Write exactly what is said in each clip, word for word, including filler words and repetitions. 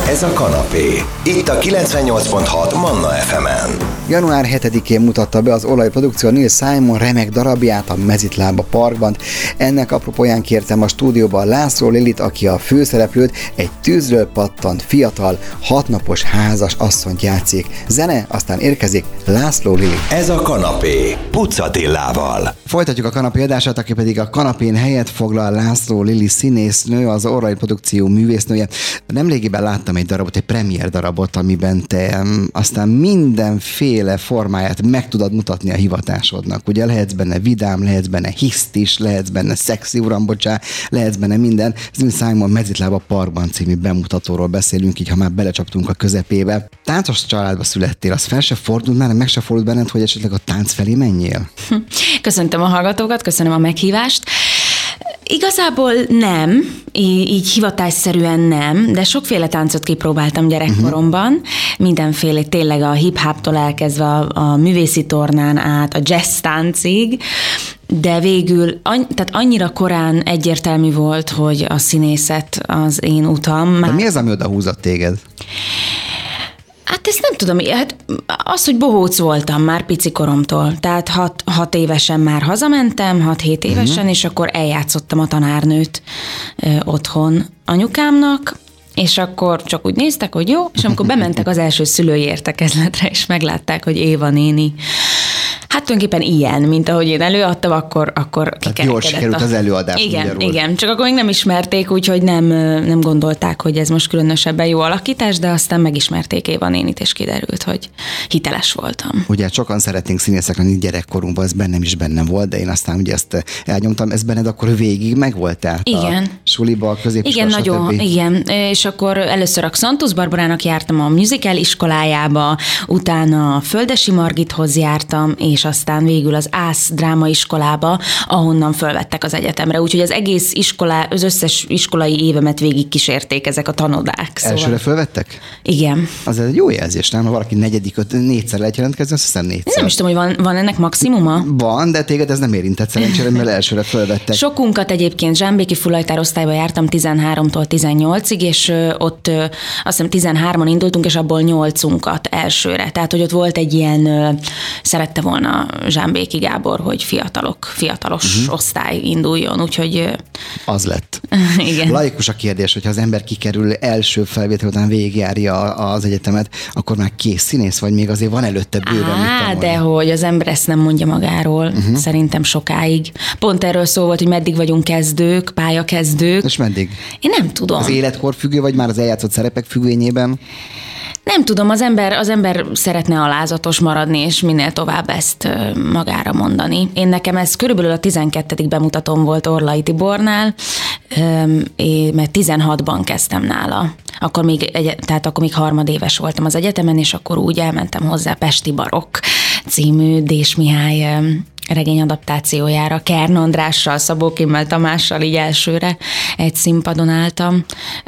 Ez a kanapé. Itt a kilencvennyolc pont hat Manna ef emen. január hetedikén mutatta be az olajprodukció Neil Simon remek darabját a Mezitlába Parkban. Ennek apropóján kértem a stúdióba László Lilit, aki a főszereplőt, egy tűzről pattant fiatal, hatnapos házas asszonyt játszik. Zene, aztán érkezik László Lili. Ez a kanapé Puc Attilával. Folytatjuk a kanapé adását, aki pedig a kanapén helyet foglal. László Lili színésznő, az olajprodukció művésznője. Nemrégiben láttam egy darabot, egy premier darabot, amiben te aztán mindenféle formáját meg tudod mutatni a hivatásodnak. Ugye lehetsz benne vidám, lehetsz benne hiszt is, lehetsz benne szexi, uram, bocsá, lehetsz benne minden. Ez Simon Mezitlába Parkban című bemutatóról beszélünk, így ha már belecsaptunk a közepébe. Táncos családba születtél, az fel se fordult már, meg se fordult benned, hogy esetleg a tánc felé menjél? Köszöntöm a hallgatókat, köszönöm a meghívást. Igazából nem, így, így hivatásszerűen nem, de sokféle táncot kipróbáltam gyerekkoromban, uh-huh. mindenféle, tényleg a hip-hoptól elkezdve a, a művészi tornán át, a jazz táncig, de végül any, tehát annyira korán egyértelmű volt, hogy a színészet az én utam. Már... De mi az, ami oda húzott téged? Hát ezt nem tudom, hát az, hogy bohóc voltam már pici koromtól, tehát hat, hat évesen már hazamentem, hat-hét évesen, uh-huh. és akkor eljátszottam a tanárnőt ö, otthon anyukámnak, és akkor csak úgy néztek, hogy jó, és amikor bementek az első szülői értekezletre, és meglátták, hogy Éva néni, hát tulajdonképpen ilyen, mint ahogy én előadtam, akkor, akkor kikerekedett. Jól sikerült az előadás. Igen, magyarul. igen, csak akkor még nem ismerték, úgyhogy nem, nem gondolták, hogy ez most különösebben jó alakítás, de aztán megismerték Éva nénit, és kiderült, hogy hiteles voltam. Ugye sokan szeretnénk színészek lenni gyerekkorunkban, ez bennem is bennem volt, de én aztán ugye ezt elnyomtam, ez benned akkor végig megvolt, tehát igen. a suliba, a középiskola, igen, nagyon, stb. igen, és akkor először a Xantus Barbarának jártam a musical iskolájába, utána a Földesi Margithoz jártam, és és aztán végül az Ász drámaiskolába, ahonnan fölvettek az egyetemre. Úgyhogy az egész iskolá, az összes iskolai évemet végig kísérték ezek a tanodák. Szóval... Elsőre fölvettek? Igen. Az egy jó jelzés, nem? Ha valaki negyedik, öt, négyszer lehet jelentkezni, azt hiszem négyszer. Nem is tudom, hogy van, van ennek maximuma? Van, de téged ez nem érintett szerencsére, mert elsőre fölvettek. Sokunkat egyébként Zsámbéki Fulajtárosztályba jártam tizenháromtól tizennyolcig, és ott azt hiszem tizenhárman indultunk, és abból nyolcunkat elsőre. Tehát, hogy ott volt egy ilyen, szerette volna Zsámbéki Gábor, hogy fiatalok, fiatalos uh-huh. osztály induljon, úgyhogy... Az lett. Igen. Laikus a kérdés, hogyha az ember kikerül első felvétel után végigjárja az egyetemet, akkor már kész színész, vagy még azért van előtte bőven mit Á, tanulni? de hogy az ember ezt nem mondja magáról, uh-huh. szerintem sokáig. Pont erről szó volt, hogy meddig vagyunk kezdők, pályakezdők. És meddig? Én nem tudom. Az életkor függő, vagy már az eljátszott szerepek függvényében? Nem tudom, az ember, az ember szeretne alázatos maradni, és minél tovább ezt magára mondani. Én nekem ez körülbelül a tizenkettedik bemutatóm volt Orlai Tibornál, mert tizenhatban kezdtem nála. Akkor még, egy, tehát akkor még harmadéves voltam az egyetemen, és akkor úgy elmentem hozzá Pesti Barokk című Dés Mihály regény adaptációjára. Kern Andrással, Szabó Kimmel Tamással így elsőre egy színpadon álltam.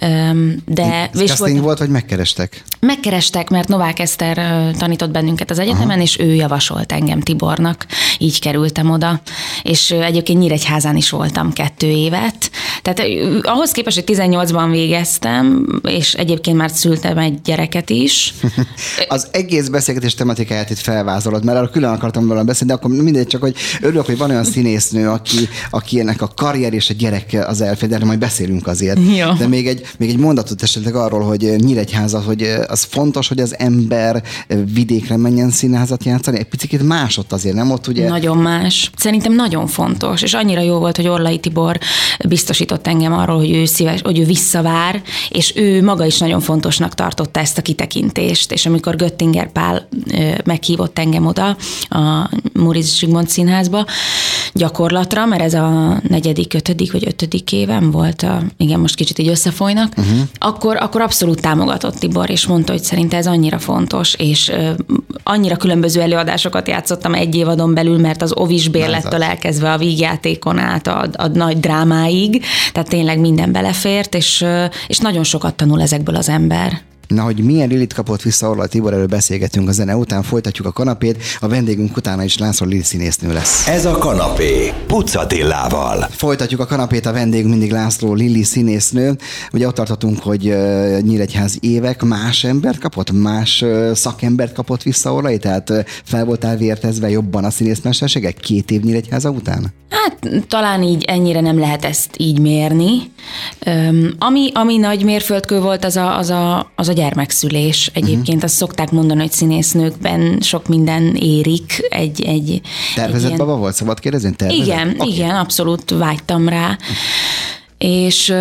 De Ez casting volt, vagy megkerestek? Megkerestek, mert Novák Eszter tanított bennünket az egyetemen, aha. és ő javasolt engem Tibornak. Így kerültem oda. És egyébként Nyíregyházán is voltam kettő évet. Tehát ahhoz képest, hogy tizennyolcban végeztem, és egyébként már szültem egy gyereket is. Az egész beszélgetés tematikáját itt felvázolod, mert arra külön akartam volna beszélni, de akkor mindegy, csak hogy örülök, hogy van olyan színésznő, aki, aki ennek a karrier és a gyerek az elfér, de majd beszélünk azért. Jó. De még egy, még egy mondatot esetleg arról, hogy Nyíregyháza, hogy az fontos, hogy az ember vidékre menjen színházat játszani. Egy picit más ott azért, nem ott ugye? Nagyon más. Szerintem nagyon fontos, és annyira jó volt, hogy Orlai Tibor biztosított engem arról, hogy ő szíves, hogy ő visszavár, és ő maga is nagyon fontosnak tartotta ezt a kitekintést, és amikor Göttinger Pál meghívott engem oda a Móricz Zsigmond Színházba gyakorlatra, mert ez a negyedik, ötödik vagy ötödik évem volt, a, igen, most kicsit így összefolynak, uh-huh. akkor, akkor abszolút támogatott Tibor, és mondta, hogy szerinte ez annyira fontos, és uh, annyira különböző előadásokat játszottam egy évadon belül, mert az Ovis bérlettől elkezdve a vígjátékon át a, a nagy drámáig, tehát tényleg minden belefért, és, uh, és nagyon sokat tanul ezekből az ember. Na, hogy milyen Lilit kapott vissza Orlai Tibor, erről beszélgetünk a zene után, folytatjuk a kanapét, a vendégünk utána is László Lili színésznő lesz. Ez a kanapé, Puc Attilával. Folytatjuk a kanapét, a vendégünk mindig László Lili színésznő. Ugye ott tartottunk, hogy uh, Nyíregyházi évek más embert kapott, más uh, szakembert kapott vissza Orlai, tehát uh, fel voltál vértezve jobban a színészmesterségek két év Nyíregyháza után? Hát talán így ennyire nem lehet ezt így mérni. Um, ami, ami nagy mérföldkő volt, az a, az a, az a gyermekszülés. Egyébként uh-huh. azt szokták mondani, hogy színésznőkben sok minden érik. Egy, egy, Tervezett egy ilyen... baba volt, szabad kérdezni? Tervezett? Igen, okay. igen, abszolút vágytam rá. Uh-huh. És,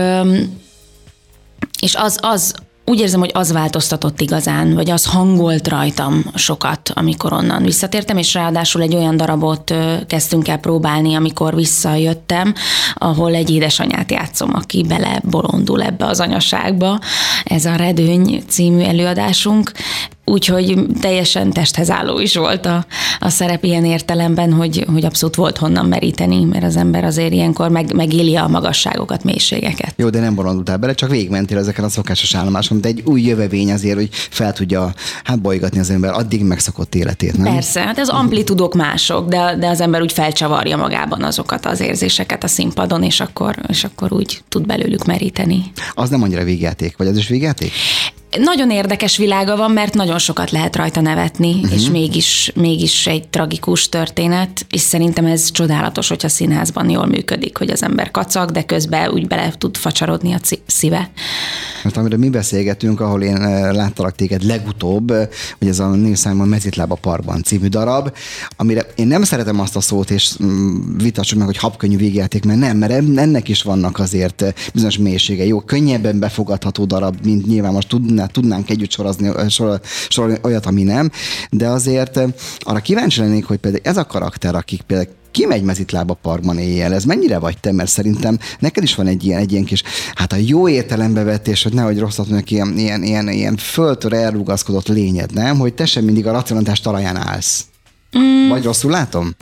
és az, az úgy érzem, hogy az változtatott igazán, vagy az hangolt rajtam sokat, amikor onnan visszatértem, és ráadásul egy olyan darabot kezdtünk el próbálni, amikor visszajöttem, ahol egy édesanyát játszom, aki bele bolondul ebbe az anyaságba. Ez a Redőny című előadásunk, úgyhogy teljesen testhez álló is volt a, a szerep ilyen értelemben, hogy, hogy abszolút volt honnan meríteni, mert az ember azért ilyenkor meg, megéli a magasságokat, mélységeket. Jó, de nem bolondultál bele, csak végigmentél ezeken a szokásos állomáson, de egy új jövevény azért, hogy fel tudja hát bolygatni az ember addig megszokott életét, nem? Persze, hát az amplitudók mások, de, de az ember úgy felcsavarja magában azokat az érzéseket a színpadon, és akkor, és akkor úgy tud belőlük meríteni. Az nem annyira végjáték, vagy az is végjáték? Nagyon érdekes világa van, mert nagyon sokat lehet rajta nevetni, uh-huh. és mégis, mégis egy tragikus történet, és szerintem ez csodálatos, hogyha színházban jól működik, hogy az ember kacag, de közben úgy bele tud facsarodni a szíve. Mert amiről mi beszélgetünk, ahol én láttalak téged legutóbb, hogy ez a Neil Simon Mezitláb a parkban című darab, amire én nem szeretem azt a szót, és vitassuk meg, hogy habkönnyű végjáték, mert nem, mert ennek is vannak azért bizonyos mélysége. Jó, könnyebben befogadható darab, mint nyilván most tudná, tudnánk együtt sorozni, sor, sorolni olyat, ami nem, de azért arra kíváncsi lennék, hogy például ez a karakter, akik például kimegy Mezitláb a parkban éjjel, ez mennyire vagy te, mert szerintem neked is van egy ilyen, egy ilyen kis, hát a jó értelembe vetés, hogy nehogy rosszat mondjak, ilyen, ilyen, ilyen, ilyen földtől elrugaszkodott lényed, nem? Hogy te sem mindig a racionalitás talaján állsz. Mm. Vagy rosszul látom?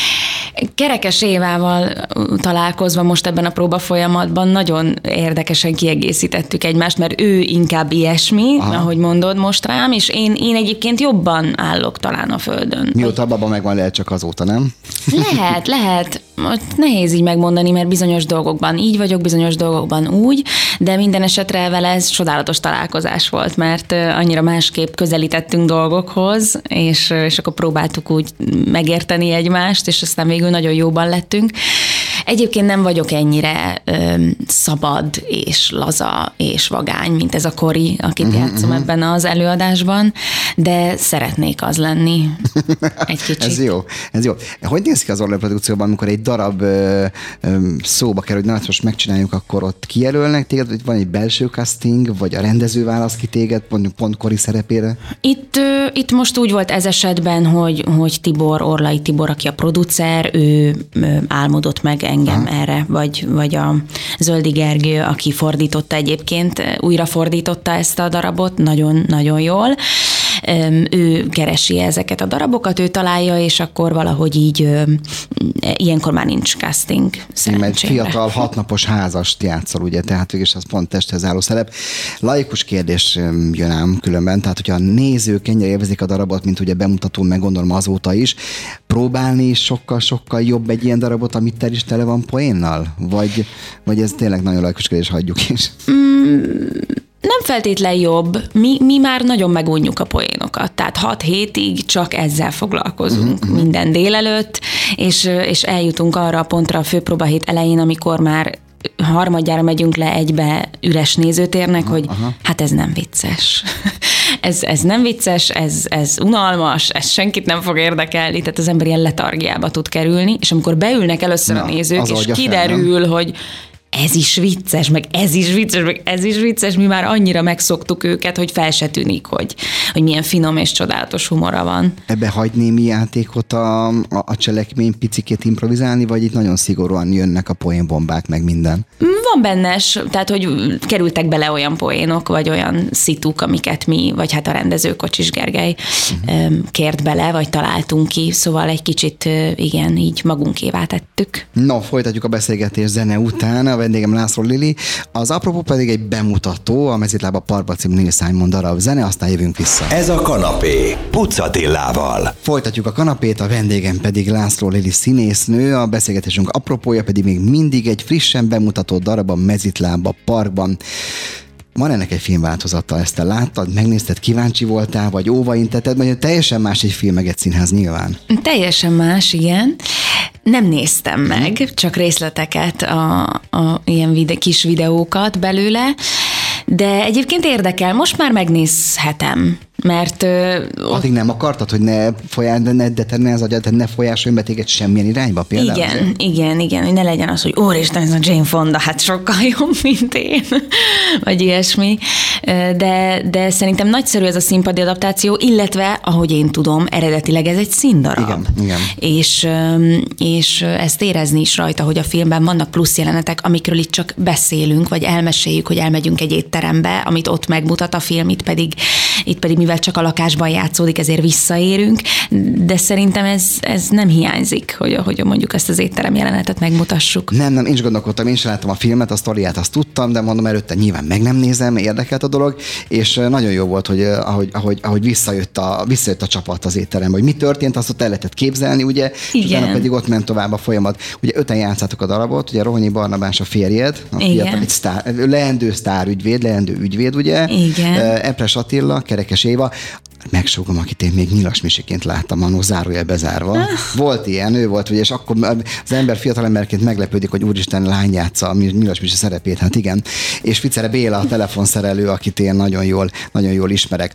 Kerekes Évával találkozva most ebben a próba folyamatban nagyon érdekesen kiegészítettük egymást, mert ő inkább ilyesmi, aha. ahogy mondod most rám, és én, én egyébként jobban állok talán a földön. Mióta a baba megvan, lehet csak azóta, nem? Lehet, lehet. Nehéz így megmondani, mert bizonyos dolgokban így vagyok, bizonyos dolgokban úgy, de minden esetre vele ez csodálatos találkozás volt, mert annyira másképp közelítettünk dolgokhoz, és, és akkor próbáltuk úgy megérteni egymást, és aztán végül nagyon jóban lettünk. Egyébként nem vagyok ennyire ö, szabad és laza és vagány, mint ez a Kori, akit uh-huh, játszom uh-huh. ebben az előadásban, de szeretnék az lenni egy kicsit. Ez jó, ez jó. Hogy néz ki az Orlai produkcióban, amikor egy darab ö, ö, szóba kerül, hogy na, most megcsináljuk, akkor ott kijelölnek téged, vagy van egy belső casting, vagy a rendező választ ki téged, pont, pont Kori szerepére? Itt, ö, itt most úgy volt ez esetben, hogy, hogy Tibor, Orlai Tibor, aki a producer, ő ö, álmodott meg engem ha. erre, vagy, vagy a Zöldi Gergő, aki fordította egyébként, újra fordította ezt a darabot nagyon-nagyon jól. Ő keresi ezeket a darabokat, ő találja, és akkor valahogy így ilyenkor már nincs casting. Egy fiatal, hatnapos házast játszol, ugye, tehát végül az pont testhez álló szerep. Laikus kérdés jön ám különben, tehát hogyha a nézők ennyire élvezik a darabot, mint ugye bemutatón, meg gondolom azóta is, próbálni sokkal-sokkal jobb egy ilyen darabot, amit te is tele van poénnal? Vagy, vagy ez tényleg nagyon laikus kérdés, hagyjuk is? Mm. Nem feltétlen jobb. Mi, mi már nagyon megunjuk a poénokat. Tehát hat hétig csak ezzel foglalkozunk uh-huh. minden délelőtt, és, és eljutunk arra a pontra a főpróbahét elején, amikor már harmadjára megyünk le egybe üres nézőtérnek, aha, hogy aha. hát ez nem vicces. ez, ez nem vicces, ez, ez unalmas, ez senkit nem fog érdekelni, tehát az ember ilyen letargiába tud kerülni, és amikor beülnek először Na, a nézők, és kiderül, fel, hogy ez is vicces, meg ez is vicces, meg ez is vicces, mi már annyira megszoktuk őket, hogy fel se tűnik, hogy, hogy milyen finom és csodálatos humora van. Ebbe hagy némi játékot a, a, a cselekmény picikét improvizálni, vagy itt nagyon szigorúan jönnek a poénbombák, meg minden? Van bennes, tehát hogy kerültek bele olyan poénok, vagy olyan szituk, amiket mi, vagy hát a rendező Kocsis Gergely uh-huh. kért bele, vagy találtunk ki, szóval egy kicsit igen, így magunkévá tettük. No, folytatjuk a beszélgetés zene után. A vendégem László Lili. Az apropó pedig egy bemutató, a Mezitláb a Parkban című Neil Simon darab zene, aztán jövünk vissza. Ez a kanapé, Puc Attilával. Folytatjuk a kanapét, a vendégem pedig László Lili színésznő, a beszélgetésünk apropója pedig még mindig egy frissen bemutatott darab a Mezitláb a Parkban. Van ennek egy filmváltozata, ezt te láttad, megnézted, kíváncsi voltál, vagy óvaintetted, vagy teljesen más egy film, meg egy színház nyilván? Teljesen más, igen. Nem néztem meg, csak részleteket, a, a ilyen vide, kis videókat belőle, de egyébként érdekel, most már megnézhetem, mert... Addig nem akartad, hogy ne folyás, de ne deterne az agyad, ne folyásoljon be téged semmilyen irányba például? Igen, azért? igen, igen, hogy ne legyen az, hogy úristen, ez a Jane Fonda, hát sokkal jobb, mint én, vagy ilyesmi. De, de szerintem nagyszerű ez a színpadi adaptáció, illetve, ahogy én tudom, eredetileg ez egy színdarab. Igen, igen. És, és ezt érezni is rajta, hogy a filmben vannak plusz jelenetek, amikről itt csak beszélünk, vagy elmeséljük, hogy elmegyünk egy étterembe, amit ott megmutat a film, itt pedig, itt pedig mivel csak a lakásban játszódik, ezért visszaérünk, de szerintem ez, ez nem hiányzik, hogy, hogy mondjuk ezt az étterem jelenetet megmutassuk. Nem, nem, én is gondolkodtam, én sem láttam a filmet, a sztoriát azt tudtam, de mondom, előtte nyilván meg nem nézem, érdekelt a dolog, és nagyon jó volt, hogy ahogy, ahogy, ahogy visszajött, a, visszajött a csapat az étterembe, hogy mi történt, azt ott el lehetett képzelni, ugye, igen. És utána pedig ott ment tovább a folyamat. Ugye öten játszátok a darabot, ugye Rohonyi Barnabás a férjed, a fiatal, egy sztár, leendő sztárügyvéd, leendő ügyvéd, ugye? Igen. Epres Attila, Kerekes Éva, megsógom, akit én még Nyilas Misiként láttam, annó zárójel bezárva. Ah. Volt ilyen, ő volt, ugye, és akkor az ember fiatalemberként meglepődik, hogy úristen, lány játsza a Nyilas Misi szerepét, hát igen. És Ficere Béla, a telefonszerelő, akit én nagyon jól, nagyon jól ismerek.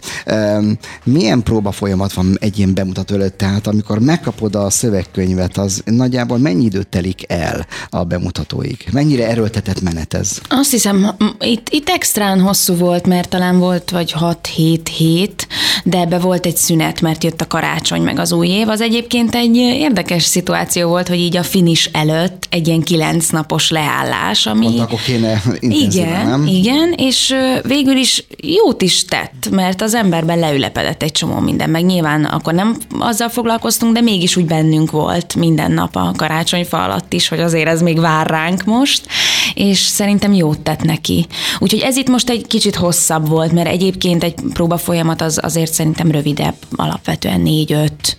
Milyen próba folyamat van egy ilyen bemutató előtt? Tehát amikor megkapod a szövegkönyvet, az nagyjából mennyi időt telik el a bemutatóig? Mennyire erőltetett menet ez? Azt hiszem, itt, itt extrán hosszú volt, mert talán volt vagy hat-hét hét, de ebbe volt egy szünet, mert jött a karácsony meg az új év. Az egyébként egy érdekes szituáció volt, hogy így a finish előtt egy ilyen kilenc napos leállás, ami... Pont akkor kéne intenzíven, igen, nem? Igen, és végül is jót is tett, mert az emberben leülepedett egy csomó minden, meg nyilván akkor nem azzal foglalkoztunk, de mégis úgy bennünk volt minden nap a karácsonyfa alatt is, hogy azért ez még vár ránk most, és szerintem jót tett neki. Úgyhogy ez itt most egy kicsit hosszabb volt, mert egyébként egy próba folyamat az azért szerintem rövidebb, alapvetően négy-öt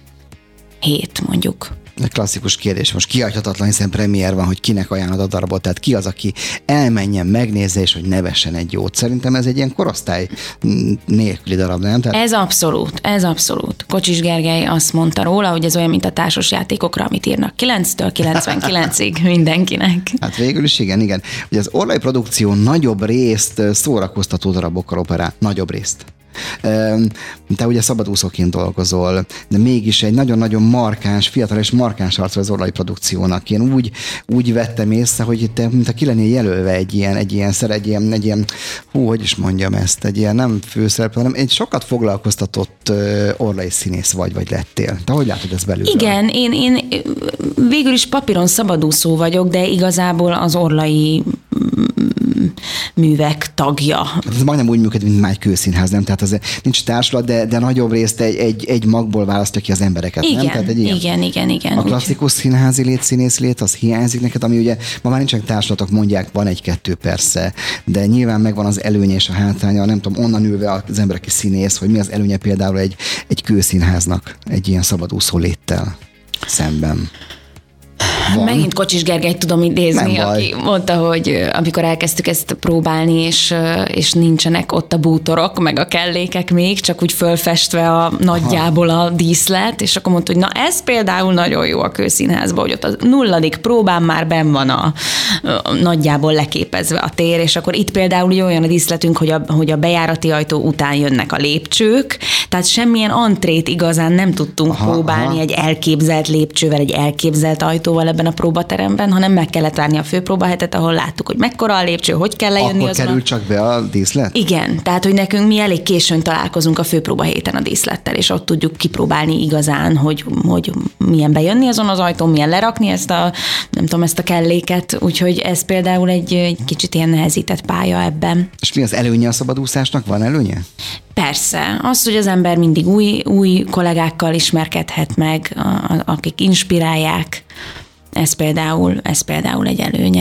hét mondjuk. Egy klasszikus kérdés, most kihagyhatatlan, hiszen premier van, hogy kinek ajánlod a darabot, tehát ki az, aki elmenjen, megnézze, és hogy nevessen egy jót. Szerintem ez egy ilyen korosztály nélküli darab, nem? Tehát... Ez abszolút, ez abszolút. Kocsis Gergely azt mondta róla, hogy ez olyan, mint a társas játékokra, amit írnak kilenctől kilencvenkilencig mindenkinek. Hát végül is igen, igen. Ugye az Orlai produkció nagyobb részt szórakoztató darabokkal operál, nagyobb részt. Te ugye szabadúszóként dolgozol, de mégis egy nagyon-nagyon markáns, fiatal és markáns arca az Orlai produkciónak. Én úgy, úgy vettem észre, hogy te, mint a ki lennél jelölve egy ilyen, egy ilyen szer, egy ilyen, egy ilyen, hú, hogy is mondjam ezt, egy ilyen nem főszereplő, hanem egy sokat foglalkoztatott orlai színész vagy, vagy lettél. Te hogy látod ezt belülről? Igen, én, én végül is papíron szabadúszó vagyok, de igazából az Orlai művek tagja. Ez majdnem úgy működik, mint már egy kőszínház, nem? Tehát az nincs társulat, de, de nagyobb részt egy, egy, egy magból választja ki az embereket, igen, nem? Tehát egy ilyen, igen, igen, igen. A klasszikus színházi lét, színész lét, az hiányzik neked, ami ugye ma már nincsenek társulatok, mondják, van egy-kettő persze, de nyilván megvan az előnye és a hátránya, nem tudom, onnan ülve az ember, aki színész, hogy mi az előnye például egy, egy kőszínháznak, egy ilyen szabadúszó léttel szemben. Van. Megint Kocsis Gergelyt tudom idézni, aki mondta, hogy amikor elkezdtük ezt próbálni, és, és nincsenek ott a bútorok, meg a kellékek még, csak úgy fölfestve a nagyjából a díszlet, és akkor mondta, hogy na ez például nagyon jó a kőszínházban, hogy ott a nulladik próbán már benn van a, a nagyjából leképezve a tér, és akkor itt például olyan a díszletünk, hogy a, hogy a bejárati ajtó után jönnek a lépcsők, tehát semmilyen antrét igazán nem tudtunk aha, próbálni aha. egy elképzelt lépcsővel, egy elképzelt ajtóval ebben a próbateremben, hanem meg kellett várni a főpróbahetet, ahol láttuk, hogy mekkora a lépcső, hogy kell lejönni akkor azon. Akkor kerül csak be a díszlet? Igen, tehát hogy nekünk mi elég későn találkozunk a főpróbahéten a díszlettel, és ott tudjuk kipróbálni igazán, hogy, hogy milyen bejönni azon az ajtón, milyen lerakni ezt a, nem tudom, ezt a kelléket, úgyhogy ez például egy, egy kicsit ilyen nehezített pálya ebben. És mi az előnye a szabadúszásnak? Van előnye? Persze. Az, hogy az ember mindig új, új kollégákkal ismerkedhet meg, akik inspirálják, ez például, ez például egy előnye.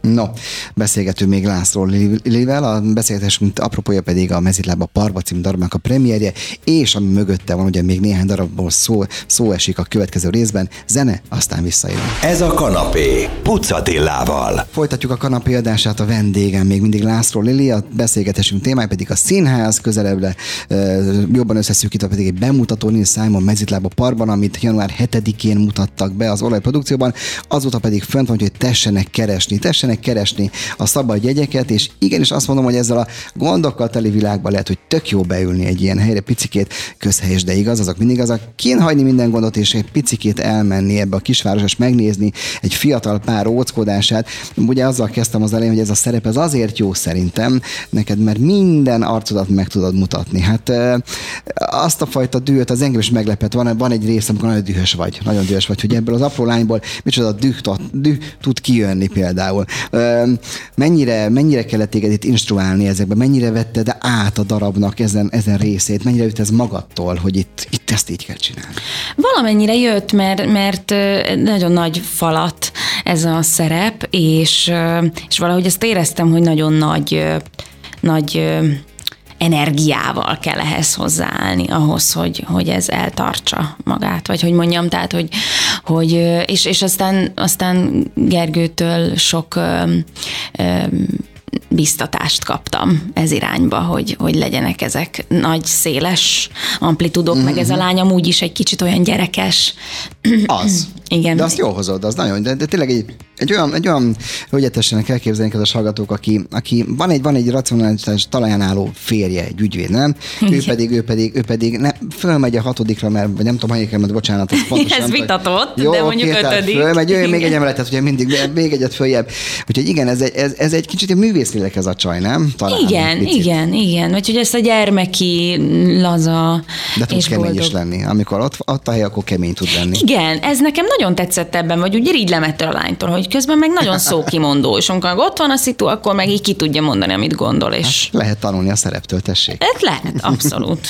No, beszélgető még László Lilivel, a beszélgetésünk apropója pedig a Mezitláb a Parba című darabnak a premierje, és ami mögötte van, ugye még néhány darabból szó, szó esik a következő részben, zene, aztán visszajön. Ez a kanapé, Puc Attilával. Folytatjuk a kanapé adását, a vendégem még mindig László Lili, a beszélgetésünk témája pedig a színház, közelebbre jobban összeszűkítve pedig egy bemutató Neil Simon Mezitláb a Parkban, amit január hetedikén mutattak be az olajprodukcióban, azóta pedig fönt van, hogy tessenek keresni, tessenek keresni a szabad jegyeket, és igenis azt mondom, hogy ezzel a gondokkal teli világban lehet, hogy tök jó beülni egy ilyen helyre, picikét közhelyes, de igaz, azok mindig azok, kínhagyni minden gondot, és egy picikét elmenni ebbe a kisváros, és megnézni egy fiatal pár óckodását. Ugye azzal kezdtem az elején, hogy ez a szerep ez azért jó szerintem neked, mert minden arcodat meg tudod mutatni. Hát azt a fajta dühöt, az engem is meglepett, van, van egy rész, amikor nagyon dühös vagy, nagyon dühös vagy, hogy ebből az apró lányból micsoda düh, düh tud kijönni például. Mennyire, mennyire kellett téged itt instruálni ezekben, mennyire vetted át a darabnak ezen, ezen részét, mennyire jött ez magadtól, hogy itt, itt ezt így kell csinálni? Valamennyire jött, mert, mert nagyon nagy falat ez a szerep, és, és valahogy ezt éreztem, hogy nagyon nagy, nagy energiával kell ehhez hozzáállni, ahhoz, hogy, hogy ez eltartsa magát, vagy hogy mondjam, tehát, hogy, hogy és, és aztán, aztán Gergőtől sok ö, ö, biztatást kaptam ez irányba, hogy, hogy legyenek ezek nagy, széles amplitudók, mm-hmm. meg ez a lány amúgy is egy kicsit olyan gyerekes. Az. Igen. De azt jól hozod, az nagyon, de, de tényleg egy, egy olyan, egy olyan hölgyetessenek elképzelni a hallgatók, aki, aki van egy, van egy racionális talaján álló férje, egy ügyvéd, nem? Ő pedig, ő pedig, ő pedig ne, fölmegy a hatodikra, mert nem tudom, hanyikra, mert bocsánat, ez pontosan. Ez vitatott, jó, de mondjuk oké, ötödik. Fölmegy, jöjjön még egy emeletet, ugye mindig, még egyet följebb. Úgyhogy igen, ez egy, ez, ez egy kicsit művészlélek ez a csaj, nem? Talán igen, igen, igen. Vagy hogy ezt a gyermeki, laza de tud és kemény boldog. is lenni. Amikor ott, ott a hely, akkor kemény tud lenni. Igen, ez nekem nagyon tetszett ebben, vagy úgy irigylem ettől a lánytól, hogy közben meg nagyon szókimondó, és amikor ott van a szitu, akkor meg így ki tudja mondani, amit gondol. És... Hát lehet tanulni a szereptől, tessék. Ez lehet, abszolút.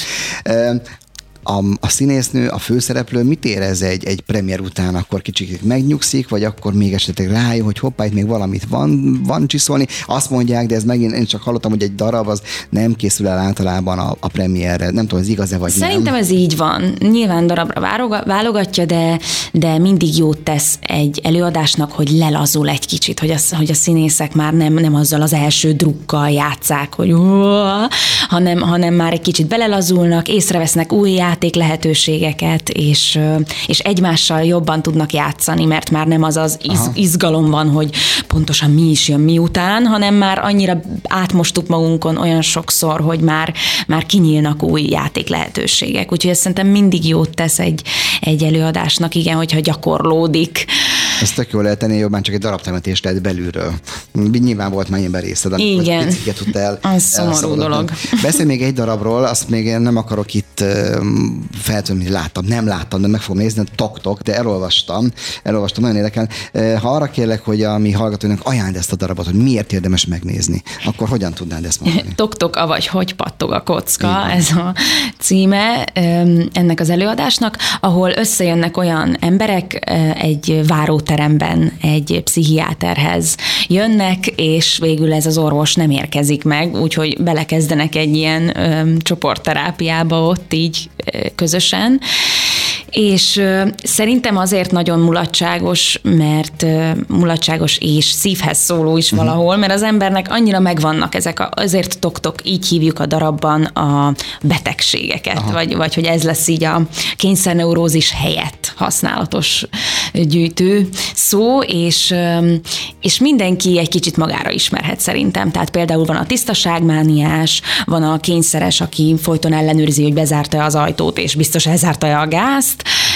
A, a színésznő, a főszereplő mit érez egy, egy premier után? Akkor kicsit megnyugszik, vagy akkor még esetleg rájön, hogy hoppá, itt még valamit van, van csiszolni? Azt mondják, de ez megint, én csak hallottam, hogy egy darab az nem készül el általában a, a premierre. Nem tudom, ez igaz-e vagy Szerintem nem? ez így van. Nyilván darabra válogatja, de, de mindig jót tesz egy előadásnak, hogy lelazul egy kicsit, hogy a, hogy a színészek már nem, nem azzal az első drukkal játsszák, hogy hanem, hanem már egy kicsit belelazulnak, észrevesznek új játék lehetőségeket, és, és egymással jobban tudnak játszani, mert már nem az az iz, izgalom van, hogy pontosan mi is jön miután, hanem már annyira átmostuk magunkon olyan sokszor, hogy már, már kinyílnak új játék lehetőségek. Úgyhogy ezt szerintem mindig jót tesz egy, egy előadásnak, igen, hogyha gyakorlódik. Ez tök jól lehet tenni, jobban csak egy darabtemetés lehet belülről. Nyilván volt már ilyenben részed, amikor igen. picit tud el. Az szomorú dolog. Beszélj még egy darabról, azt még nem akarok itt feltűnni, láttam, nem láttam, de meg fogom nézni, Tok-Tok, de elolvastam, elolvastam, nagyon érdekel. Ha arra kérlek, hogy a mi hallgatóinak ajánld ezt a darabot, hogy miért érdemes megnézni, akkor hogyan tudnád ezt mondani? Tok-Tok, avagy hogy pattog a kocka, ez a címe ennek az előadásnak, ahol összejönnek olyan emberek egy váróteremben egy pszichiáterhez jönnek, és végül ez az orvos nem érkezik meg, úgyhogy belekezdenek egy ilyen ö, csoportterápiába ott így ö, közösen. És ö, szerintem azért nagyon mulatságos, mert ö, mulatságos és szívhez szóló is valahol, mert az embernek annyira megvannak ezek, a, azért Tok-Tok, így hívjuk a darabban a betegségeket, vagy, vagy hogy ez lesz így a kényszerneurózis helyett használatos gyűjtő szó, és, ö, és mindenki egy kicsit magára ismerhet szerintem. Tehát például van a tisztaságmániás, van a kényszeres, aki folyton ellenőrzi, hogy bezárta az ajtót, és biztos elzárta a gázt,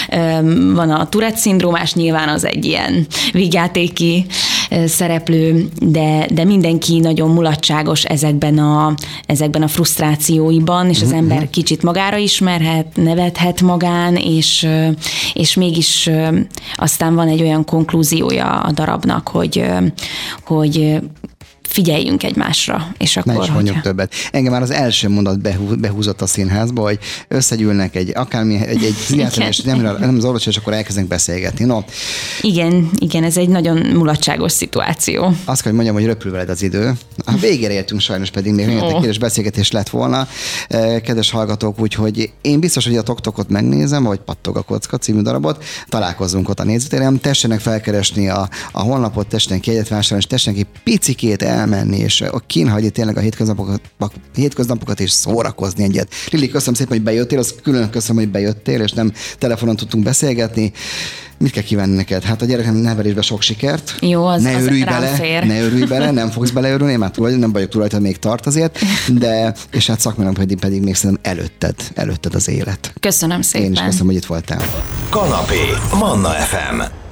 van a Tourette-szindrómás, nyilván az egy ilyen vígjátéki szereplő, de, de mindenki nagyon mulatságos ezekben a, ezekben a frusztrációiban, és az ember kicsit magára ismerhet, nevethet magán, és, és mégis aztán van egy olyan konklúziója a darabnak, hogy, hogy figyeljünk egymásra. És akkor, ne is mondjuk hogyha... többet. Engem már az első mondat behú, behúzott a színházba, hogy összegyűlnek egy akármi, egy, egy pszichiátriás, nem, nem az orvos, és akkor elkezdenek beszélgetni. No. Igen, igen, ez egy nagyon mulatságos szituáció. Azt kell, hogy mondjam, hogy röpül veled az idő. A végére értünk, sajnos pedig még rengeteg oh. kérdés beszélgetés lett volna. Kedves hallgatók, úgyhogy én biztos, hogy a TokTokot megnézem, vagy Pattog a kocka című darabot, találkozzunk ott a nézőtéren, tessenek felkeresni a, a honlapot, tessenek jegyet vásárolni, és tessenek egy picikét elmenni, és kínhagyni tényleg a hétköznapokat, a hétköznapokat és szórakozni egyet. Lili, köszönöm szépen, hogy bejöttél, azt külön köszönöm, hogy bejöttél, és nem telefonon tudtunk beszélgetni. Mit kell kívánni neked? Hát a gyerekem nevelésben sok sikert. Jó, az, ne az örülj rám bele, fér. ne örülj bele, nem fogsz beleörülni, én már túl, nem vagyok túl rajta, még tart azért, de és hát szakmában pedig, pedig még szerintem előtted, előtted az élet. Köszönöm szépen. Én is köszönöm, hogy itt voltál. Kanapé, Manna ef em.